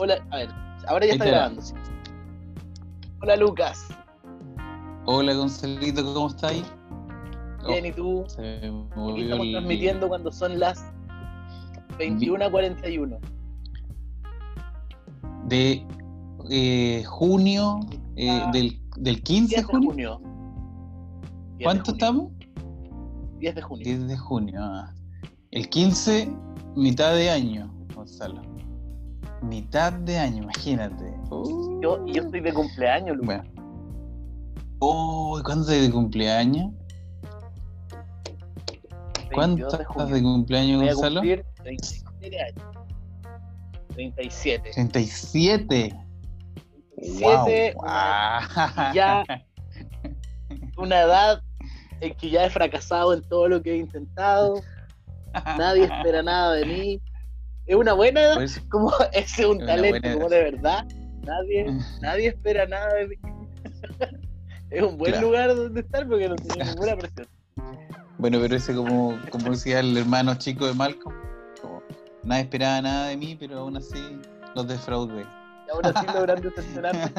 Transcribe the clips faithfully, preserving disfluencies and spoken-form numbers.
Hola, a ver, ahora ya Ahí está está. grabando. Sí. Hola, Lucas. Hola Gonzalito, ¿cómo estáis? Bien, Oh, ¿y tú? se me Aquí movió estamos el... transmitiendo cuando son las veintiuna cuarenta y uno. de eh, junio, eh, Ah, del, del quince de diez de junio. junio. diez de ¿Cuánto junio. estamos? diez de junio. diez de junio. Ah. El quince, mitad de año, Gonzalo. Mitad de año, imagínate. Uh, Yo, y yo estoy de cumpleaños, Lucas. Bueno. Oh, ¿cuándo estás de cumpleaños? ¿Cuánto veintidós de estás junio. de cumpleaños, Voy a Gonzalo? cumplir treinta y siete años. treinta y siete. treinta y siete. siete, Wow. una, y ya una edad en que ya he fracasado en todo lo que he intentado. Nadie espera nada de mí. Es una buena edad, Pues, como ese es un es una talento, buena como edad. de verdad. Nadie, nadie espera nada de mí. Es un buen Claro. lugar donde estar porque no tenía ninguna presión. Bueno, pero ese como, como decía el hermano chico de Malcolm, como, nadie esperaba nada de mí, pero aún así los defraudé. Y aún así logran decepcionarme.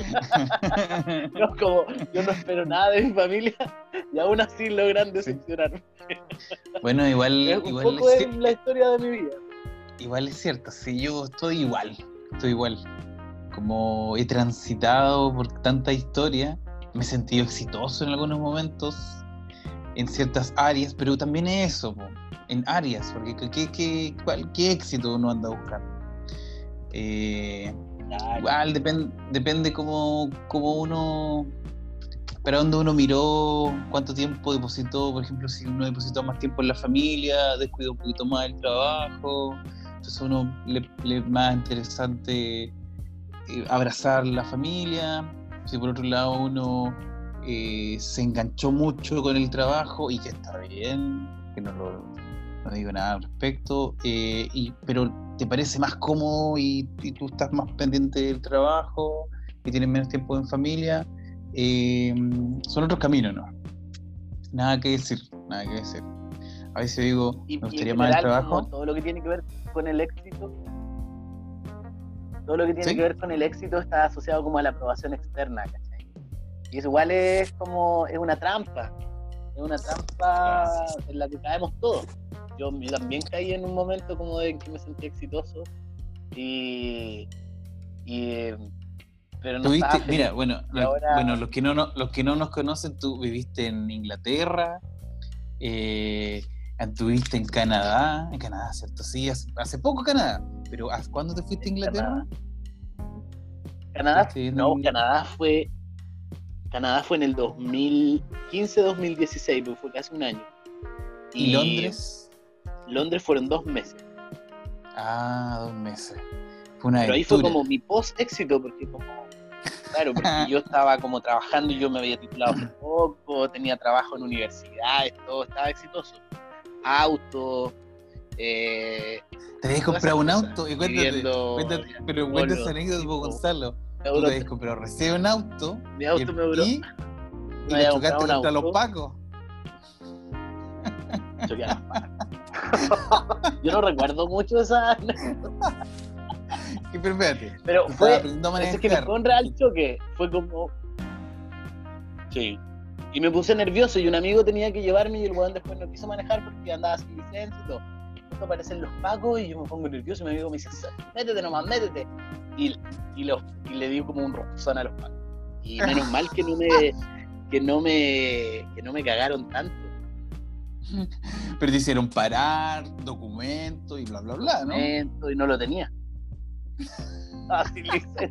No, como yo no espero nada de mi familia y aún así logran decepcionarme. Bueno, igual, Es un igual, poco es, de la historia de mi vida. igual es cierto, sí, yo estoy igual, estoy igual. Como he transitado por tanta historia, me he sentido exitoso en algunos momentos, en ciertas áreas, pero también eso, po, en áreas, porque ¿qué, qué, cuál, qué éxito uno anda buscando? Eh, Claro. igual depende, depende cómo, cómo uno, para dónde uno miró, cuánto tiempo depositó, por ejemplo, si uno depositó más tiempo en la familia, descuidó un poquito más el trabajo, entonces a uno le, le es más interesante eh, abrazar la familia. Si por otro lado uno eh, se enganchó mucho con el trabajo, y que está bien, que no, lo, no digo nada al respecto, eh, y, pero te parece más cómodo y, y tú estás más pendiente del trabajo y tienes menos tiempo en familia, eh, son otros caminos, ¿no? Nada que decir, nada que decir. A veces digo, Y, me y en gustaría más el general, como trabajo. todo lo que tiene que ver con el éxito, todo lo que tiene ¿Sí? que ver con el éxito está asociado como a la aprobación externa, ¿cachai? Y eso igual es como, es una trampa, es una trampa en la que caemos todos. Yo, yo también caí en un momento como de que me sentí exitoso y, y pero no Tuviste, estaba feliz. mira, bueno, Y ahora, bueno, los que no, no, los que no nos conocen, tú viviste en Inglaterra, eh, estuviste en Canadá, en Canadá, ¿cierto? Sí, hace, hace poco Canadá, pero ¿hasta cuándo te fuiste a en Inglaterra? Canadá, Canadá, ¿Estuviste viviendo en no, Inglaterra? Canadá fue, Canadá fue en el dos mil quince dos mil dieciséis, porque fue casi un año. ¿Y Londres? Londres fueron dos meses. Ah, dos meses. Fue una Pero ahí fue aventura. como mi post-éxito, porque como, claro, porque yo estaba como trabajando y yo me había titulado hace poco, tenía trabajo en universidades, todo estaba exitoso. Auto, eh, ¿Te habías todas esas comprado un cosas. auto? Y cuéntate, Viviendo, cuéntate pero polo, cuéntate esa anécdota, tipo, Gonzalo. me Tú duró, te habías comprado recién un auto mi y, auto el, me duró, y, y me lo había chocaste comprado un contra los auto, pacos. choqué a los pacos. Yo no recuerdo mucho esa anécdota. Y, pero espérate, Pero tú fue, estabas aprendiendo a es manejar. que no fue un real choque, fue como, sí. Y me puse nervioso y un amigo tenía que llevarme y el weón después no quiso manejar porque andaba sin licencia y todo. Esto aparecen los pacos y yo me pongo nervioso y mi amigo me dice, métete nomás, métete. Y, y, los, y le di como un rozón a los pacos. Y menos mal que no me, que no me, que no me cagaron tanto. Pero te hicieron parar, documentos y bla, bla, bla, ¿no? Y no lo tenía. Ah, sin licencia.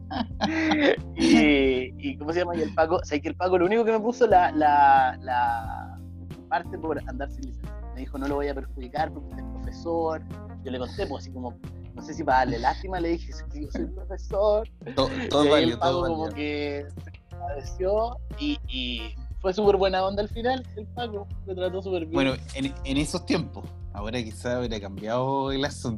y, y ¿cómo se llama? Y el Paco, o sea, que el Paco lo único que me puso la, la, la parte por andar sin licencia. Me dijo, no lo voy a perjudicar porque usted es profesor. Yo le conté, pues así como, no sé si para darle lástima, le dije, sí, yo soy profesor. Todo, todo y ahí válido, el Paco todo como válido. que se agradeció y, y fue súper buena onda al final. El Paco me trató súper bien. Bueno, en, en esos tiempos, ahora quizá hubiera cambiado el asunto.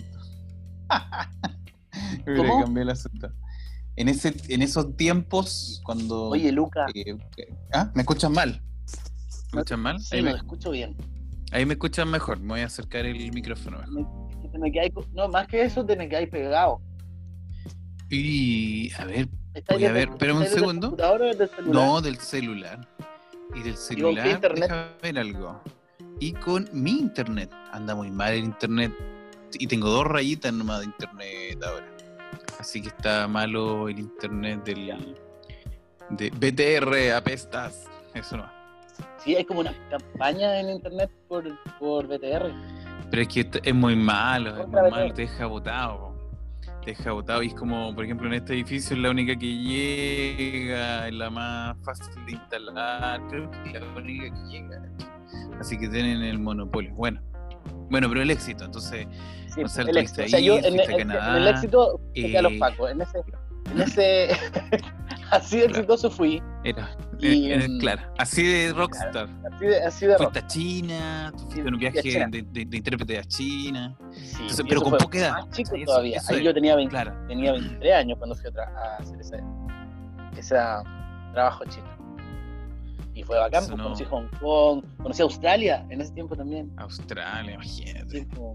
hubiera ¿Cómo? cambiado el asunto. En, ese, en esos tiempos, cuando... Oye, Luca. Eh, ¿Ah? ¿Me escuchan mal? ¿Me escuchan mal? Sí, ahí lo me, escucho bien. Ahí me escuchan mejor, me voy a acercar el micrófono mejor. Me, te me quedáis, no, más que eso, te me quedáis pegado. Y a ver, ¿Estás voy a desde, ver, espérame un estás desde el segundo. computador o desde el celular? No, del celular. Y del ¿Y con qué celular, internet? déjame ver algo. Y con mi internet. Anda muy mal el internet. Y tengo dos rayitas nomás de internet ahora. Así que está malo el internet del de B T R, apestas. Eso no. Sí, hay como una campaña en internet por, por B T R. Pero es que esto es muy malo, es Contra muy B T R. malo, te deja botado. po. Te deja botado y es como, por ejemplo, en este edificio es la única que llega, es la más fácil de instalar, creo que es la única que llega. Así que tienen el monopolio. Bueno, bueno, pero el éxito, entonces, Sí, Gonzalo, el tuviste éxito. O sea, yo ahí, en, fuiste a en- en el Canadá. éxito fui a los eh, Pacos. En ese, en ese así de Claro. exitoso fui. Era, Y, era- mm, claro, así de rockstar. Así de, así de rock. Fuiste a China, tú fuiste Sí, en un fui a viaje China. de, de- de intérprete a China. Sí, Entonces, y pero eso con fue poca edad. más chico ¿cachai? Eso- todavía. eso Ahí es, yo tenía veinte, claro. tenía veintitrés años cuando fui a, tra- a hacer ese, ese trabajo chino. Y fue bacán, Eso pues, no- conocí Hong Kong, conocí Australia en ese tiempo también. Australia, imagínate. Sí, como-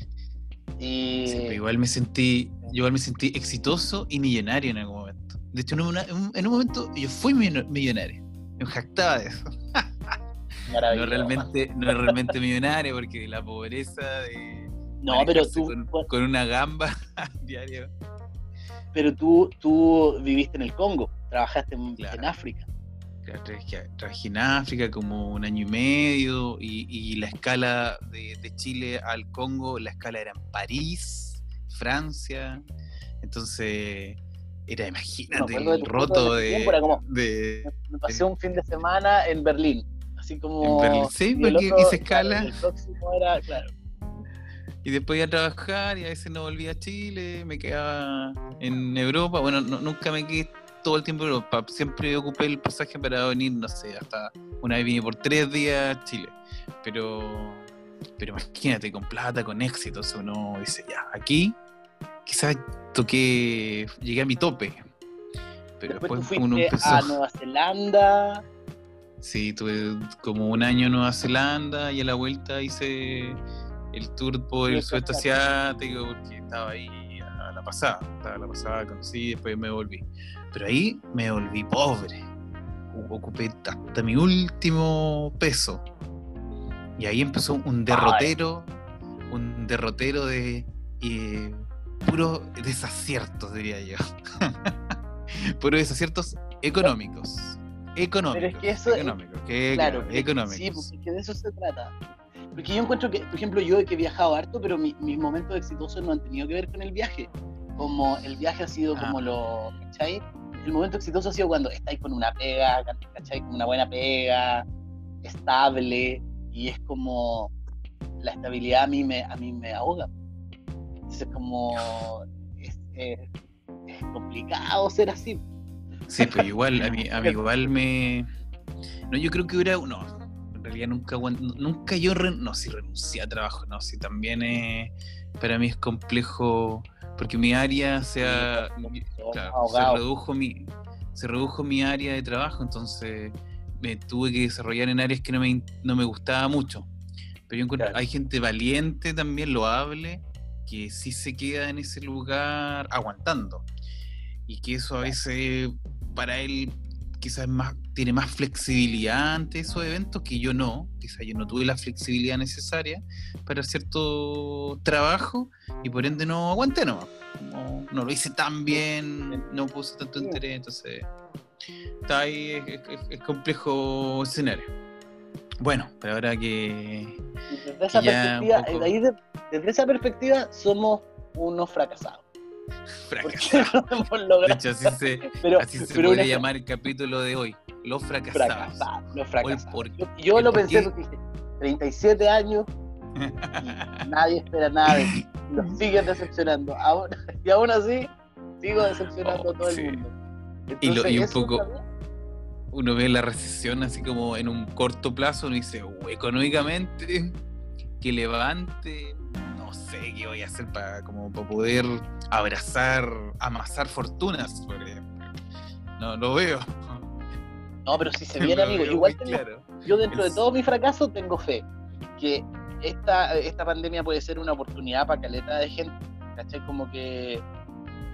Y Sí, pero igual me sentí, yo igual me sentí exitoso y millonario en algún momento. De hecho, en, una- en un- en un momento yo fui millo- millonario. Me jactaba de eso. No maravilloso. realmente, no realmente millonario, porque la pobreza de No, pero manejarse tú, con, con una gamba diario. pero tú, tú viviste en el Congo, trabajaste en, Claro. en África. Claro, Trabajé, trabajé en África como un año y medio y, y la escala de, de Chile al Congo, la escala era en París, Francia, entonces era, Me imagínate, acuerdo de el tu roto foto de ese de, tiempo, era como- de Me pasé un fin de semana en Berlín, así como... en Berlín, sí, y el porque otro, hice claro, escala y el próximo era, claro, y después iba a trabajar y a veces no volvía a Chile, me quedaba en Europa, bueno, no- nunca me quedé todo el tiempo en Europa, siempre ocupé el pasaje para venir, no sé, hasta una vez vine por tres días a Chile, pero pero imagínate, con plata, con éxito, o sea, uno dice, ya, aquí quizás toqué, llegué a mi tope, pero después después, tú uno fuiste empezó, a Nueva Zelanda, sí, tuve como un año en Nueva Zelanda y a la vuelta hice el tour por Y el el sudeste Caucásico. asiático porque estaba ahí a la pasada, estaba a la pasada, conocí y después me volví. Pero ahí me volví pobre. O- Ocupé hasta mi último peso. Y ahí empezó un derrotero, un derrotero de eh, puros desaciertos, diría yo. Puros desaciertos económicos. Económicos. Pero es que eso- económicos, que, claro, claro, que- económicos. sí, porque de eso se trata. Porque yo encuentro que, por ejemplo, yo que he viajado harto, pero mi- mis momentos exitosos no han tenido que ver con el viaje. Como el viaje ha sido Ah. como lo, ¿cachai? El momento exitoso ha sido cuando estáis con una pega, ¿cachai? Con una buena pega, estable, y es como la estabilidad a mí me, a mí me ahoga. Entonces como es, es- es complicado ser así. Sí, pues igual, a mí, a mí igual me... No, yo creo que hubiera... No, en realidad nunca aguant- nunca yo... Re... No, si renuncié a trabajo, no, si también es... Para mí es complejo, porque mi área se ha... Sí, Claro, se ahogado. redujo mi... Se redujo mi área de trabajo, entonces me tuve que desarrollar en áreas que no me, no me gustaba mucho. Pero yo encuentro, Claro. hay gente valiente también, loable, que sí se queda en ese lugar aguantando. Y que eso a veces para él quizás más, tiene más flexibilidad ante esos eventos que yo no. Quizás yo no tuve la flexibilidad necesaria para cierto trabajo y por ende no aguanté nomás. No, no lo hice tan bien, no puse tanto interés, entonces está ahí, es, es- es complejo escenario. Bueno, pero ahora que Y desde esa ya un perspectiva, poco- de ahí de- desde esa perspectiva somos unos fracasados. Porque fracasado. no hemos De logrado. hecho, así se, pero, así se pero podría una- llamar el capítulo de hoy, los fracasados. fracasados, los fracasados. por- Yo, yo el lo por pensé qué- porque dije, treinta y siete años y nadie espera nada de ti. Los siguen decepcionando. Aún- y aún así, sigo decepcionando Oh, a todo sí. el mundo. Y lo- y un eso poco- también- Uno ve la recesión así como en un corto plazo, uno dice, "Uh, económicamente, que levante, no sé qué voy a hacer para, como, para poder abrazar, amasar fortunas, por ejemplo. No lo veo. No, pero si se Lo viene, amigo. veo Igual muy tengo, claro. yo dentro de Es- todo mi fracaso tengo fe que esta, esta pandemia puede ser una oportunidad para caleta de gente, ¿cachai? Como que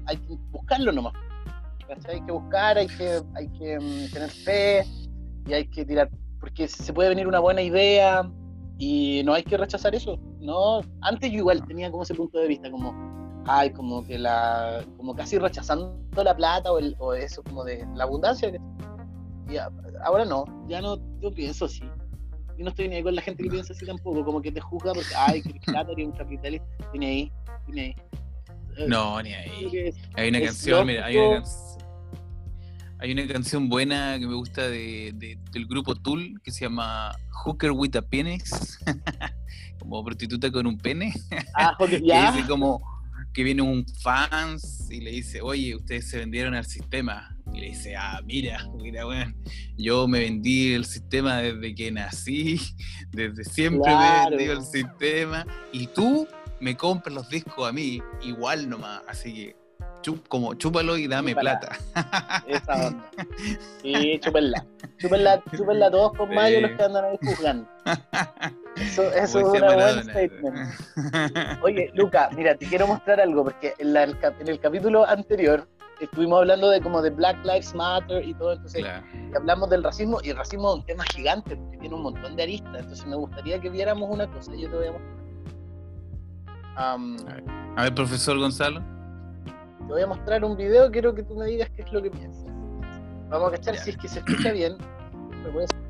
hay que buscarlo nomás. ¿Cachai? Hay que buscar, hay que, hay que um, tener fe y hay que tirar, porque se puede venir una buena idea y no hay que rechazar eso, ¿no? Antes yo igual tenía como ese punto de vista, como, ay, como que la, como casi rechazando la plata o, el, o eso, como de la abundancia. Y ahora no, ya no, yo pienso así. Yo no estoy ni ahí con la gente que piensa así tampoco, como que te juzga porque, ay, que plata, eres un capitalista, ni ahí, ni ahí. No, ni ahí. Hay una es canción, lógico. mira, hay una canción. Hay una canción buena que me gusta de, de, del grupo Tool que se llama Hooker with a Penis, como prostituta con un pene. Ah, okay, que ya. dice como que viene un fans y le dice, oye, ustedes se vendieron al sistema. Y le dice, ah, mira, mira, bueno, yo me vendí el sistema desde que nací, desde siempre Claro. me he vendido el sistema, y tú me compras los discos a mí, igual nomás, así que Chup, como chúpalo y dame Chúpala. plata. Esa onda. Sí, chúpenla. Chúpenla, chúpenla todos con Sí. mayo los que andan ahí juzgando. Eso, eso Como es decía una buena Maradona. statement. Oye, Luca, mira, te quiero mostrar algo, porque en, la, en el capítulo anterior estuvimos hablando de como de Black Lives Matter y todo, entonces Claro. y hablamos del racismo, y el racismo es un tema gigante, porque tiene un montón de aristas, entonces me gustaría que viéramos una cosa, yo te voy a mostrar. Um, A ver. A ver, profesor Gonzalo. Te voy a mostrar un video, quiero que tú me digas qué es lo que piensas. Vamos a cachar Ya. si es que se escucha bien. Me voy a...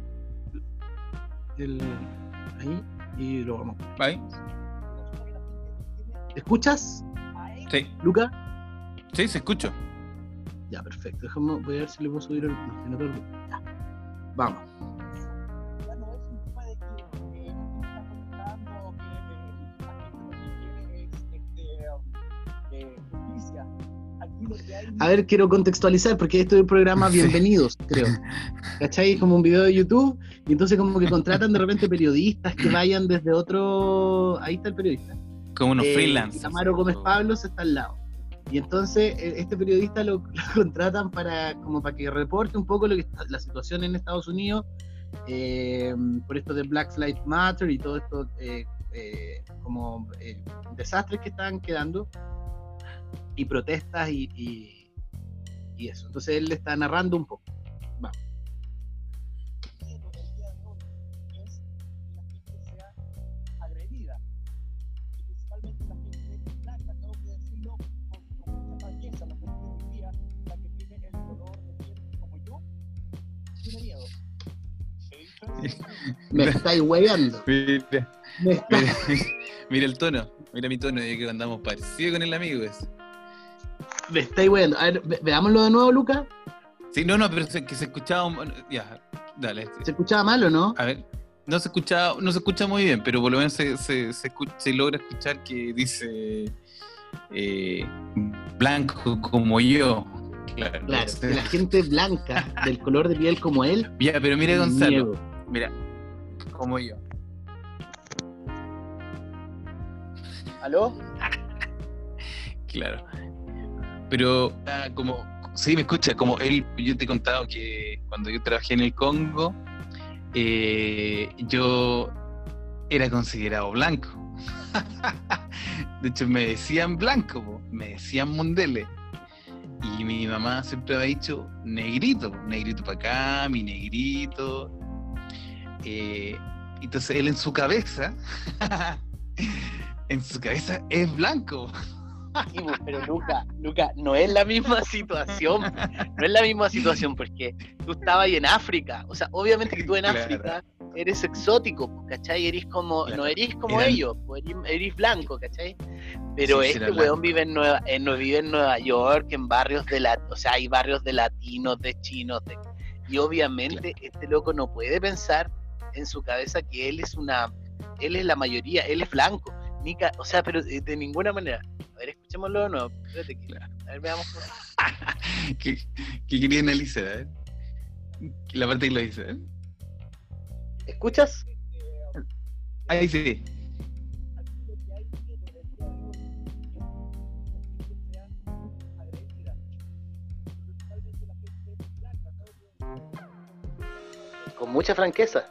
El... Ahí, y lo vamos. ¿Ahí? ¿Escuchas, Sí, Luca? sí, se escucha. Ya, perfecto. Déjame, voy a ver si le puedo subir el generador. Ya. Vamos. Ya no es un tema de que eh, no está conectando, que la gente lo que quiere es justicia. Aquí lo que hay... A ver, quiero contextualizar porque esto es un programa Bienvenidos, creo. ¿Cachai? Es como un video de YouTube y entonces como que contratan de repente periodistas que vayan desde otro... Ahí está el periodista. Como unos Eh, freelancers. Amaro Gómez Pablos está al lado. Y entonces eh, este periodista lo, lo contratan para como para que reporte un poco lo que está, la situación en Estados Unidos eh, por esto de Black Lives Matter y todo esto eh, eh, como eh, desastres que están quedando y protestas y, y, y eso. Entonces él le está narrando un poco. Vamos. El día de hoy es que la gente sea agredida y principalmente la gente blanca, tengo que decirlo con, con mucha franqueza, la gente hoy día, la que tiene el color de piel como yo, tiene miedo. Me estáis hueveando. Mira, Me está... mira, mira el tono, mira mi tono, ya que andamos parecido con el amigo ese. Me estáis hueveando. A ver, ve- veámoslo de nuevo, Luca. Sí, no, no, pero se, que se escuchaba. un- Ya, dale. ¿Se escuchaba mal o no? A ver, no se escucha, no se escucha muy bien, pero por lo menos se, se, se, escucha- se logra escuchar que dice eh, blanco como yo. Claro, Claro, no que sé. la gente blanca, del color de piel como él, Ya, pero mira, tiene Gonzalo, miedo. mira, como yo. ¿Aló? Claro. Pero ah, como, sí, me escucha, como él, yo te he contado que cuando yo trabajé en el Congo, eh, yo era considerado blanco. De hecho, me decían blanco, po, me decían Mundele. Y mi mamá siempre me ha dicho negrito, negrito para acá, mi negrito. Eh, entonces él en su cabeza, en su cabeza es blanco. Sí, pues, pero Luca, Luca, no es la misma situación, no es la misma situación porque tú estabas ahí en África, o sea, obviamente que tú en Claro. África eres exótico, pues, ¿cachai? Eres como, Claro. no eres como Eran- ellos, pues, eres, eres blanco, ¿cachai? Pero Sí, sí, este era weón blanco. vive en Nueva, en, vive en Nueva York, en barrios de la, o sea, hay barrios de latinos, de chinos, de, y obviamente este loco no puede pensar en su cabeza que él es una, él es la mayoría, él es blanco, ni ca- o sea, pero de, de ninguna manera. A ver, escuchémoslo de nuevo. Espérate que- Claro. A ver, veamos. que, que quería analizar, ¿eh? La parte que lo dice, ¿eh? ¿Escuchas? Ahí sí. Con mucha franqueza.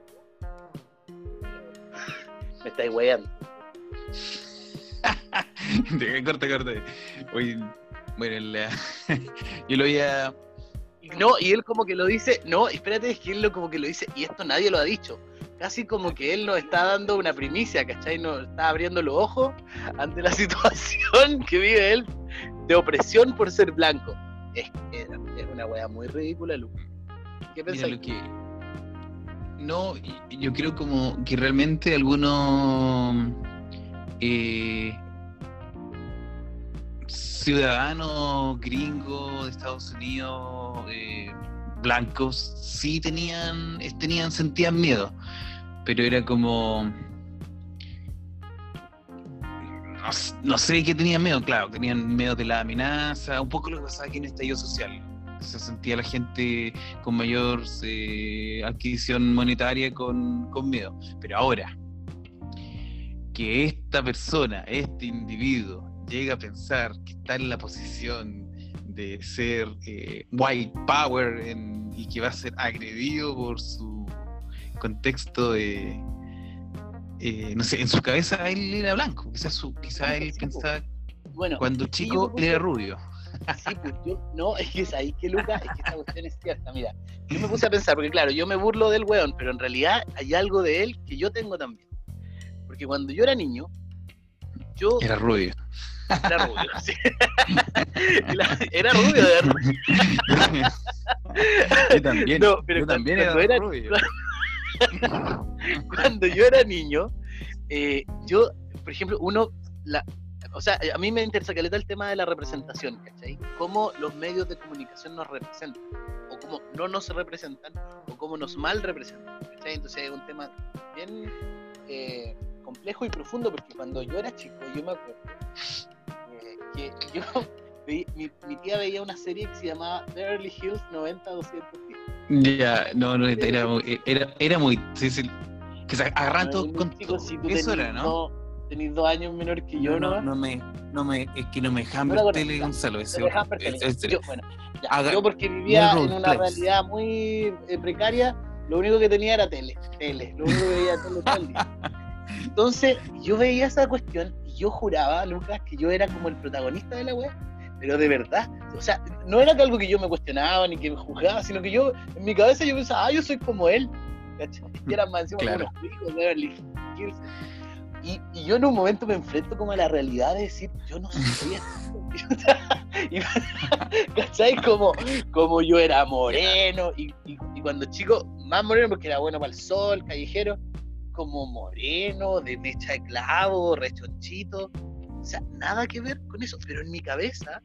Me estáis weyando. corta, corta. Oye, bueno, la... yo lo había... No, y él como que lo dice, no, espérate, es que él lo, como que lo dice, y esto nadie lo ha dicho. Casi como que él nos está dando una primicia, ¿cachai? Nos está abriendo los ojos ante la situación que vive él de opresión por ser blanco. Es, es, es una wea muy ridícula, Lucas. ¿Qué pensás? Mira, lo que... No, yo creo como que realmente algunos eh, ciudadanos gringos de Estados Unidos, eh, blancos, sí tenían, tenían, sentían miedo, pero era como... No, no sé qué tenían miedo, claro, tenían miedo de la amenaza, un poco lo que pasaba aquí en el estallido social. Se sentía la gente con mayor eh, adquisición monetaria con, con miedo. Pero ahora, que esta persona, este individuo, llega a pensar que está en la posición de ser eh, white power en, y que va a ser agredido por su contexto de... Eh, no sé, en su cabeza él era blanco, quizás su, quizás él sí, pensaba, bueno, cuando chico él era rubio. Sí, pues yo, no, es que es ahí que Lucas, es que esta cuestión es cierta, mira, yo me puse a pensar, porque claro, yo me burlo del weón, pero en realidad hay algo de él que yo tengo también, porque cuando yo era niño, yo... Era rubio. Era rubio, sí. Era rubio, de verdad. Yo también, no, pero yo cuando, también cuando era era rubio. Cuando yo era niño, eh, yo, por ejemplo, uno... La, O sea, a mí me interesa caleta el tema de la representación, ¿cachai? Cómo los medios de comunicación nos representan, o cómo no nos representan, o cómo nos mal representan, ¿cachai? Entonces es un tema bien eh, complejo y profundo, porque cuando yo era chico, yo me acuerdo eh, que yo, veía, mi, mi tía veía una serie que se llamaba Beverly Hills noventa doscientos diez. Ya, no, no, era muy, era, era muy, sí, sí, que se agarran todos con chico, todo. si tú Eso tenías, era, ¿no? no tenéis dos años menor que yo, no, ¿no? no me, no me, es que no me dejan No ver la tele, conozco, Gonzalo. Ese, no me dejan ver tele. ese- ese- Yo, bueno, ya, haga- yo porque vivía muy en una roleplays. realidad muy eh, precaria, lo único que tenía era tele, tele, lo único que veía era tele todo el día. Entonces, yo veía esa cuestión y yo juraba, Lucas, que yo era como el protagonista de la web, pero de verdad, o sea, no era que algo que yo me cuestionaba ni que me juzgaba, sino que yo, en mi cabeza yo pensaba, ah, yo soy como él, ¿cachai? Y eran más encima Claro. unos chicos de Beverly Hills. Y, y yo en un momento me enfrento como a la realidad de decir, yo no soy esto. Y, ¿cachai? Como, como yo era moreno, y, y, y cuando chico, más moreno porque era bueno para el sol, callejero, como moreno, de mecha de clavo, rechonchito, o sea, nada que ver con eso, pero en mi cabeza,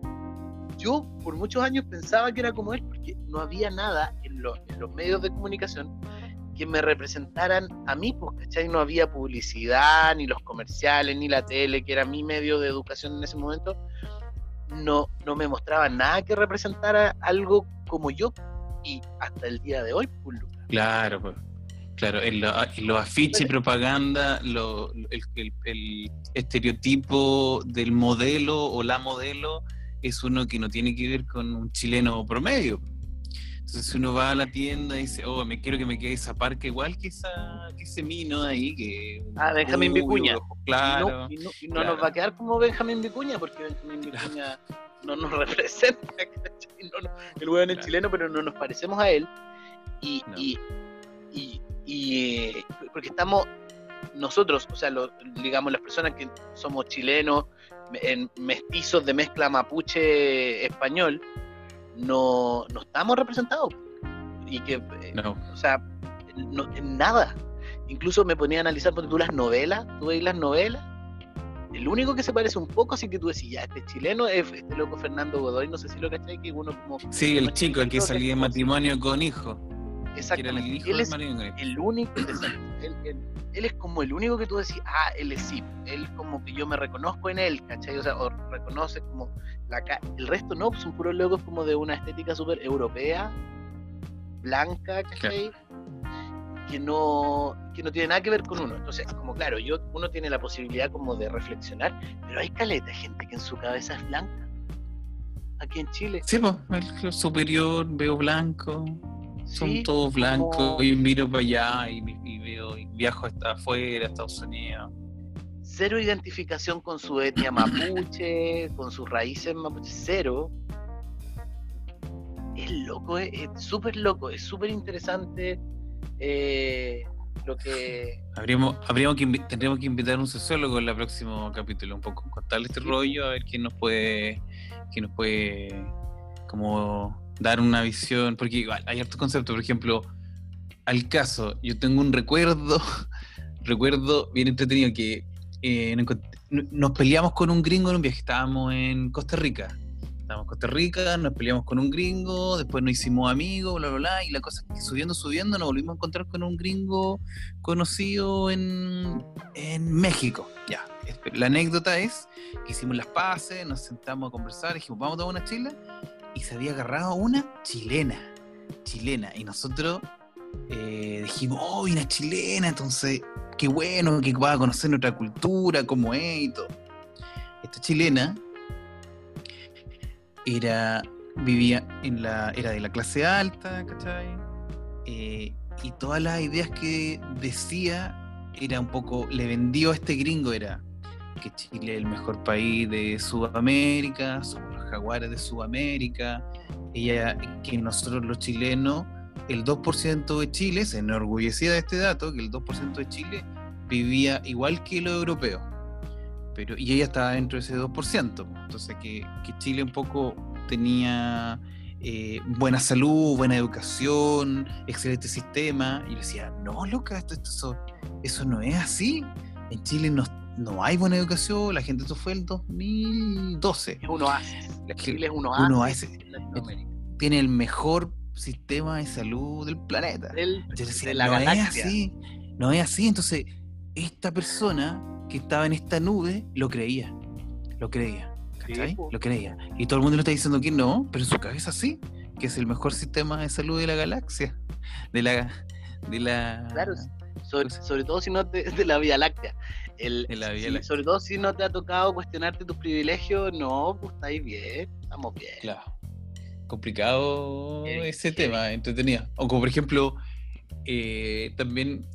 yo por muchos años pensaba que era como él, porque no había nada en, lo, en los medios de comunicación que me representaran a mí, pues, ¿cachai? No había publicidad, ni los comerciales, ni la tele, que era mi medio de educación en ese momento, no, no me mostraba nada que representara algo como yo, y hasta el día de hoy, pues, Lucas. Claro, pues. Claro, en, lo, en los afiches y propaganda, lo, el, el, el estereotipo del modelo o la modelo es uno que no tiene que ver con un chileno promedio. Entonces uno va a la tienda y dice, oh, me quiero que me quede esa parca igual que esa que ese mino ahí, que Ah, Benjamín rubio, Vicuña. ojo claro. Y no, y no, y no claro. nos va a quedar como Benjamín Vicuña, porque Benjamín Vicuña no nos representa, ¿cachai? No, no, el weón es Claro. chileno, pero no nos parecemos a él. Y, No. y, y, y eh, porque estamos nosotros, o sea, lo, digamos, las personas que somos chilenos, en mestizos de mezcla mapuche-español, no, no estamos representados. Y que, eh, No. o sea, no, en nada. Incluso me ponía a analizar, porque tú las novelas, tú veis las novelas, el único que se parece un poco, así que tú decís, ya, este chileno es este loco Fernando Godoy, no sé si lo cachai, que uno como... Sí, el como chico, el que chiquitito, salía en como- matrimonio con hijo. Exactamente. Que era el hijo Él de es matrimonio con hijo. el único, exacto, él, él, él es como el único que tú decís, ah, él es sí, él como que yo me reconozco en él, ¿cachai? O sea, o reconoce como la ca- el resto no, son puros locos como de una estética súper europea, blanca, ¿cachai? Que no, que no tiene nada que ver con uno. Entonces, como claro, yo, uno tiene la posibilidad como de reflexionar, pero hay caleta de gente que en su cabeza es blanca, aquí en Chile. Sí, pues, el superior, veo blanco, son Sí, todos blancos, como- y miro para allá y, y veo, y viajo hasta afuera, a Estados Unidos. cero identificación con su etnia mapuche, con sus raíces mapuche, cero. Es loco, es súper loco, es súper interesante eh, lo que... Habríamos, habríamos que invi- tendríamos que invitar a un sociólogo en el próximo capítulo, un poco contarle este Sí. rollo, a ver quién nos puede, quién nos puede como dar una visión, porque igual hay hartos conceptos, por ejemplo, al caso, yo tengo un recuerdo, recuerdo bien entretenido que eh, nos encont- nos peleamos con un gringo en un viaje, estábamos en Costa Rica. Estábamos en Costa Rica, nos peleamos con un gringo, después nos hicimos amigos, bla, bla, bla, y la cosa es que subiendo, subiendo, nos volvimos a encontrar con un gringo conocido en, en México. Ya, la anécdota es que hicimos las paces, nos sentamos a conversar, dijimos, vamos a tomar una chela, y se había agarrado una chilena, chilena, y nosotros eh, dijimos, oh, una chilena, entonces, qué bueno que va a conocer nuestra cultura, cómo es y todo. Esta chilena era, vivía en la, era de la clase alta, ¿cachai? Eh, y todas las ideas que decía era un poco, le vendió a este gringo, era que Chile es el mejor país de Sudamérica, somos los jaguares de Sudamérica, ella, que nosotros los chilenos, el dos por ciento de Chile, se enorgullecía de este dato, que el dos por ciento de Chile vivía igual que los europeos. Pero, y ella estaba dentro de ese dos por ciento, entonces que, que Chile un poco tenía eh, buena salud, buena educación, excelente sistema, y yo decía, no, loca, esto, esto, eso, eso no es así, en Chile no, no hay buena educación, la gente, esto fue el dos mil doce. Es un oasis, Chile es un Uno oasis hace, en Latinoamérica. tiene el mejor sistema de salud del planeta. Del, Yo decía, de la no galaxia. es así, no es así, entonces esta persona que estaba en esta nube lo creía, lo creía, ¿cachai? Sí, po. Lo creía. Y todo el mundo le está diciendo que no, pero en su cabeza sí, que es el mejor sistema de salud de la galaxia, de la... De la Claro, sobre, sobre todo si no te, de la Vía Láctea. El, de la Vía si- Láctea. Sobre todo si no te ha tocado cuestionarte tus privilegios, no, pues estáis bien, estamos bien. Claro. Complicado Heavy, ese heavy. tema, entretenido. O como por ejemplo, eh, también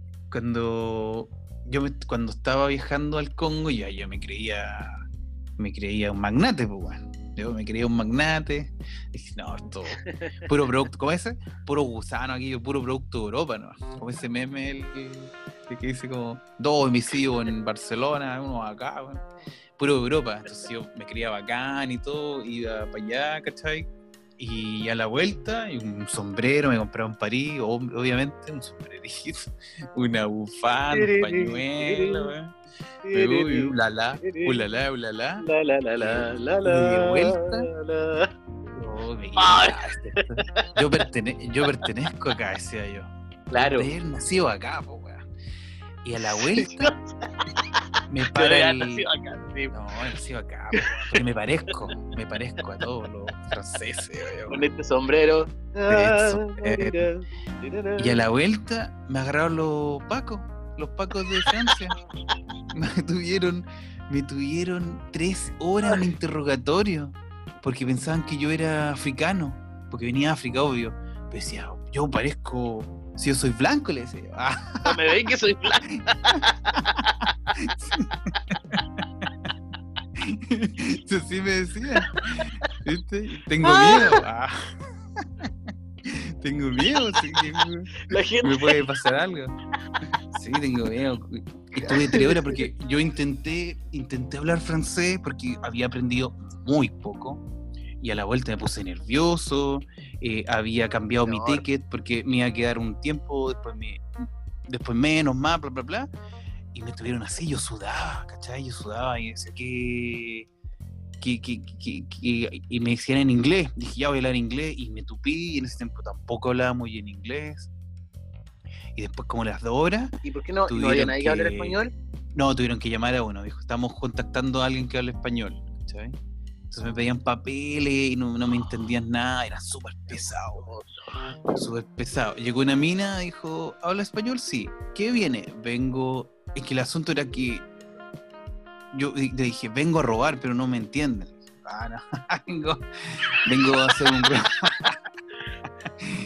cuando yo me- cuando estaba viajando al Congo, ya yo me creía me creía un magnate, pues bueno. Yo me creía un magnate. Dije, no, esto puro producto, ¿cómo es ese? Puro gusano aquí, puro producto de Europa, ¿no? Como ese meme el, el que dice como dos homicidios en Barcelona, uno acá, bueno. Puro Europa. Entonces yo me creía bacán y todo, iba para allá, ¿cachai? Y a la vuelta, y un sombrero, me compraba en París, ob- obviamente, un sombrerito, una bufanda, un pañuelo, weón. Uy, ulala, ulala, ulala. La la la la la Y de la vuelta, la. oh, me Ay. quedé, yo, pertene- yo pertenezco acá, decía yo. Claro. De haber nacido acá, po, weón. Y a la vuelta, me Yo para había el... nacido acá, sí. No, he nacido acá, po, weón, porque me parezco, me parezco a todos los franceses, weón. Con este sombrero. Este sombrero. Y a la vuelta me agarraron los pacos, los pacos de Francia. Me tuvieron, me tuvieron tres horas en interrogatorio porque pensaban que yo era africano, porque venía de África, obvio. Pero decía, yo parezco, si yo soy blanco, le decía. Ah, No me veis que soy blanco. así me decía. ¿Viste? Tengo miedo. Ah. Tengo miedo, sí, que La gente. me puede pasar algo. Sí, tengo miedo. Estuve tres horas porque yo intenté, intenté hablar francés porque había aprendido muy poco y a la vuelta me puse nervioso, eh, había cambiado mi Peor. ticket porque me iba a quedar un tiempo, después, me, después menos, más, bla, bla, bla, y me tuvieron así, yo sudaba, ¿cachai? Yo sudaba y decía que... Que, que, que, que- y me decían en inglés, dije ya voy a hablar en inglés y me tupí y en ese tiempo tampoco hablaba muy bien inglés y después como las dos horas ¿Y por qué no, no tuvieron había nadie que hablar que- español? no, tuvieron que llamar a uno, dijo, estamos contactando a alguien que hable español, ¿cachai? Entonces me pedían papeles y no, no me entendían nada, era súper pesado, súper pesado. Llegó una mina, dijo, ¿habla español? Sí. ¿Qué viene? Vengo, es que el asunto era que yo le dije, vengo a robar, pero no me entienden. Ah, no, vengo, vengo a hacer un...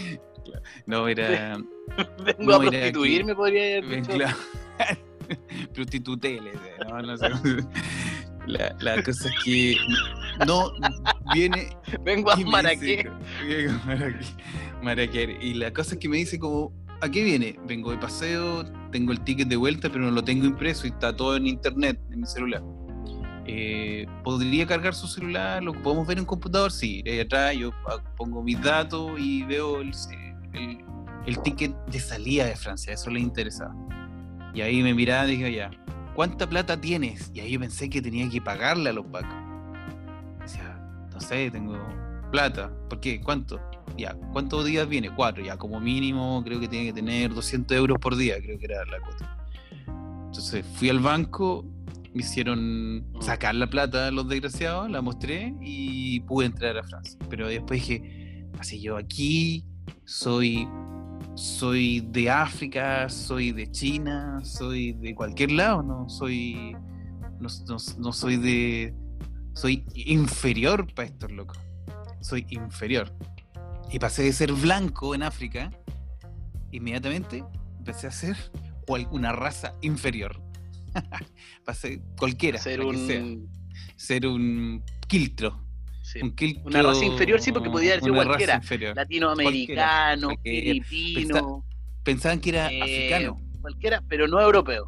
No, era... Vengo No, a era prostituirme, podría haber Ven, dicho. claro. prostituteles, ¿no? No sé. La, la cosa es que no viene. Vengo a y me Maraqué. dice, vengo a Maraqué, Maraqué. Y la cosa es que me dice como, ¿a qué viene? Vengo de paseo, tengo el ticket de vuelta, pero no lo tengo impreso y está todo en internet, en mi celular. Eh, ¿Podría cargar su celular? ¿Lo podemos ver en un computador? Sí, ahí atrás yo pongo mis datos y veo el, el, el ticket de salida de Francia, eso le interesaba. Y ahí me miraba y dije, ya, ¿cuánta plata tienes? Y ahí yo pensé que tenía que pagarle a los pacos. Decía, no sé, tengo plata. ¿Por qué? ¿Cuánto? Ya, ¿cuántos días viene? Cuatro, ya, como mínimo creo que tiene que tener doscientos euros por día, creo que era la cuota. Entonces fui al banco, me hicieron sacar la plata los desgraciados, la mostré y pude entrar a Francia. Pero después dije, así yo aquí soy... soy de África, soy de China, soy de cualquier lado, no soy no, no, no soy de soy inferior para estos locos, soy inferior y pasé de ser blanco en África, inmediatamente empecé a ser una raza inferior. Pasé cualquiera, ser la un que sea. Ser un quiltro. Sí. Un quiltro, una raza inferior, sí, porque podía haber sido cualquiera, latinoamericano, cualquiera, filipino, pensaban que era eh, africano, cualquiera, pero no europeo.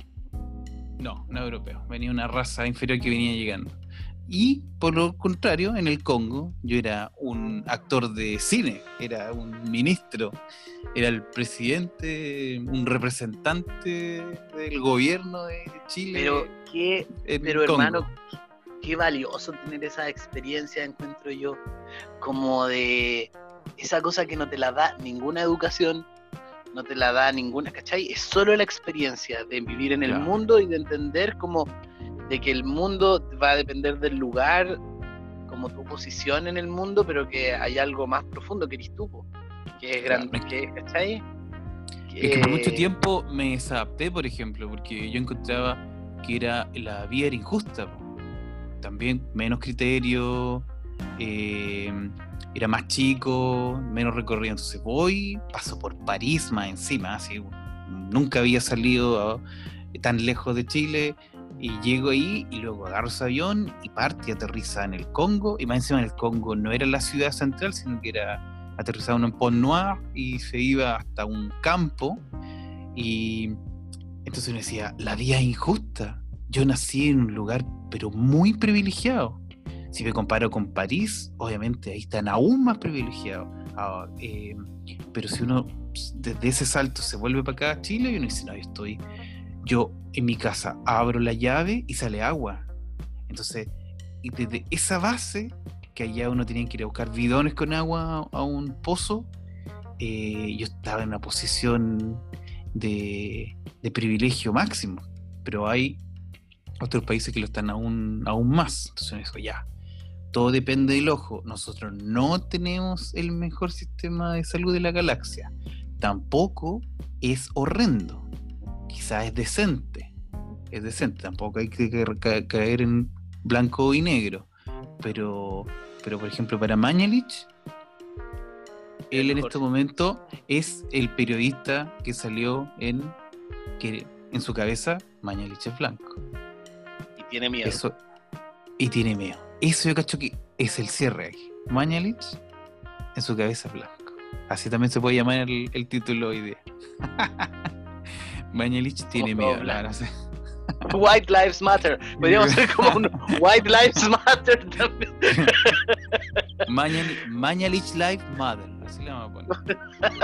No, no europeo, venía una raza inferior que venía llegando. Y por lo contrario, en el Congo yo era un actor de cine, era un ministro, era el presidente, un representante del gobierno de Chile. Pero qué, pero hermano, qué valioso tener esa experiencia, encuentro yo, como de esa cosa que no te la da ninguna educación, no te la da ninguna, ¿cachai? Es solo la experiencia de vivir en el claro. mundo y de entender como de que el mundo va a depender del lugar, como tu posición en el mundo, pero que hay algo más profundo que eres tú, que es grande, claro. que, ¿cachai? Que... Es que por mucho tiempo me desadapté, por ejemplo, porque yo encontraba que era la vida era injusta, también menos criterio, eh, era más chico, menos recorrido, entonces voy, paso por París más encima, así, nunca había salido a, tan lejos de Chile, y llego ahí y luego agarro ese avión y parte y aterriza en el Congo, y más encima en el Congo no era la ciudad central, sino que era aterrizado en Pont Noir y se iba hasta un campo, y entonces uno decía, la vida es injusta, yo nací en un lugar pero muy privilegiado. Si me comparo con París, obviamente ahí están aún más privilegiados. Ah, eh, pero si uno desde ese salto se vuelve para acá a Chile, y uno dice, no, yo estoy, yo en mi casa abro la llave y sale agua. Entonces, y desde esa base, que allá uno tenía que ir a buscar bidones con agua a un pozo, eh, yo estaba en una posición de, de privilegio máximo. Pero hay otros países que lo están aún, aún más. Entonces uno dice, ya, todo depende del ojo. Nosotros no tenemos el mejor sistema de salud de la galaxia. Tampoco es horrendo. Quizás es decente. Es decente. Tampoco hay que ca- caer en blanco y negro. Pero, pero por ejemplo, para Mañalich, él en este momento es el periodista que salió en que en su cabeza Mañalich es blanco. Y tiene miedo. Eso, y tiene miedo. Eso yo cacho que es el cierre ahí. Mañalich en su cabeza es blanco. Así también se puede llamar el, el título hoy día. Mañalich tiene miedo, la verdad. White Lives Matter. Podríamos ser como un White Lives Matter también. Mañalich, Mañalich Life Matter. Así le vamos a poner.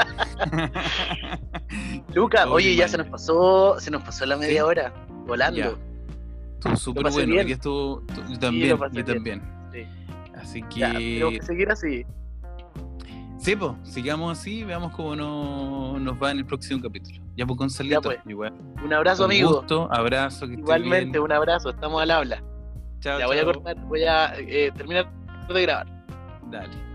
Luca, oye, oye ya se nos pasó, se nos pasó la media ¿Sí? hora volando. Ya. Estuvo súper bueno. Bien. Estuvo, yo también, sí, yo también. Sí. Así que. Ya, tenemos que seguir así. Sí, pues, sigamos así, veamos cómo no, nos va en el próximo capítulo. Ya, pues, Gonzalito, ya, pues. Igual. Un abrazo, un amigo. Gusto, abrazo. Que Igualmente, un abrazo, estamos al habla. Chao, ya chao. voy a cortar, voy a eh, terminar de grabar. Dale.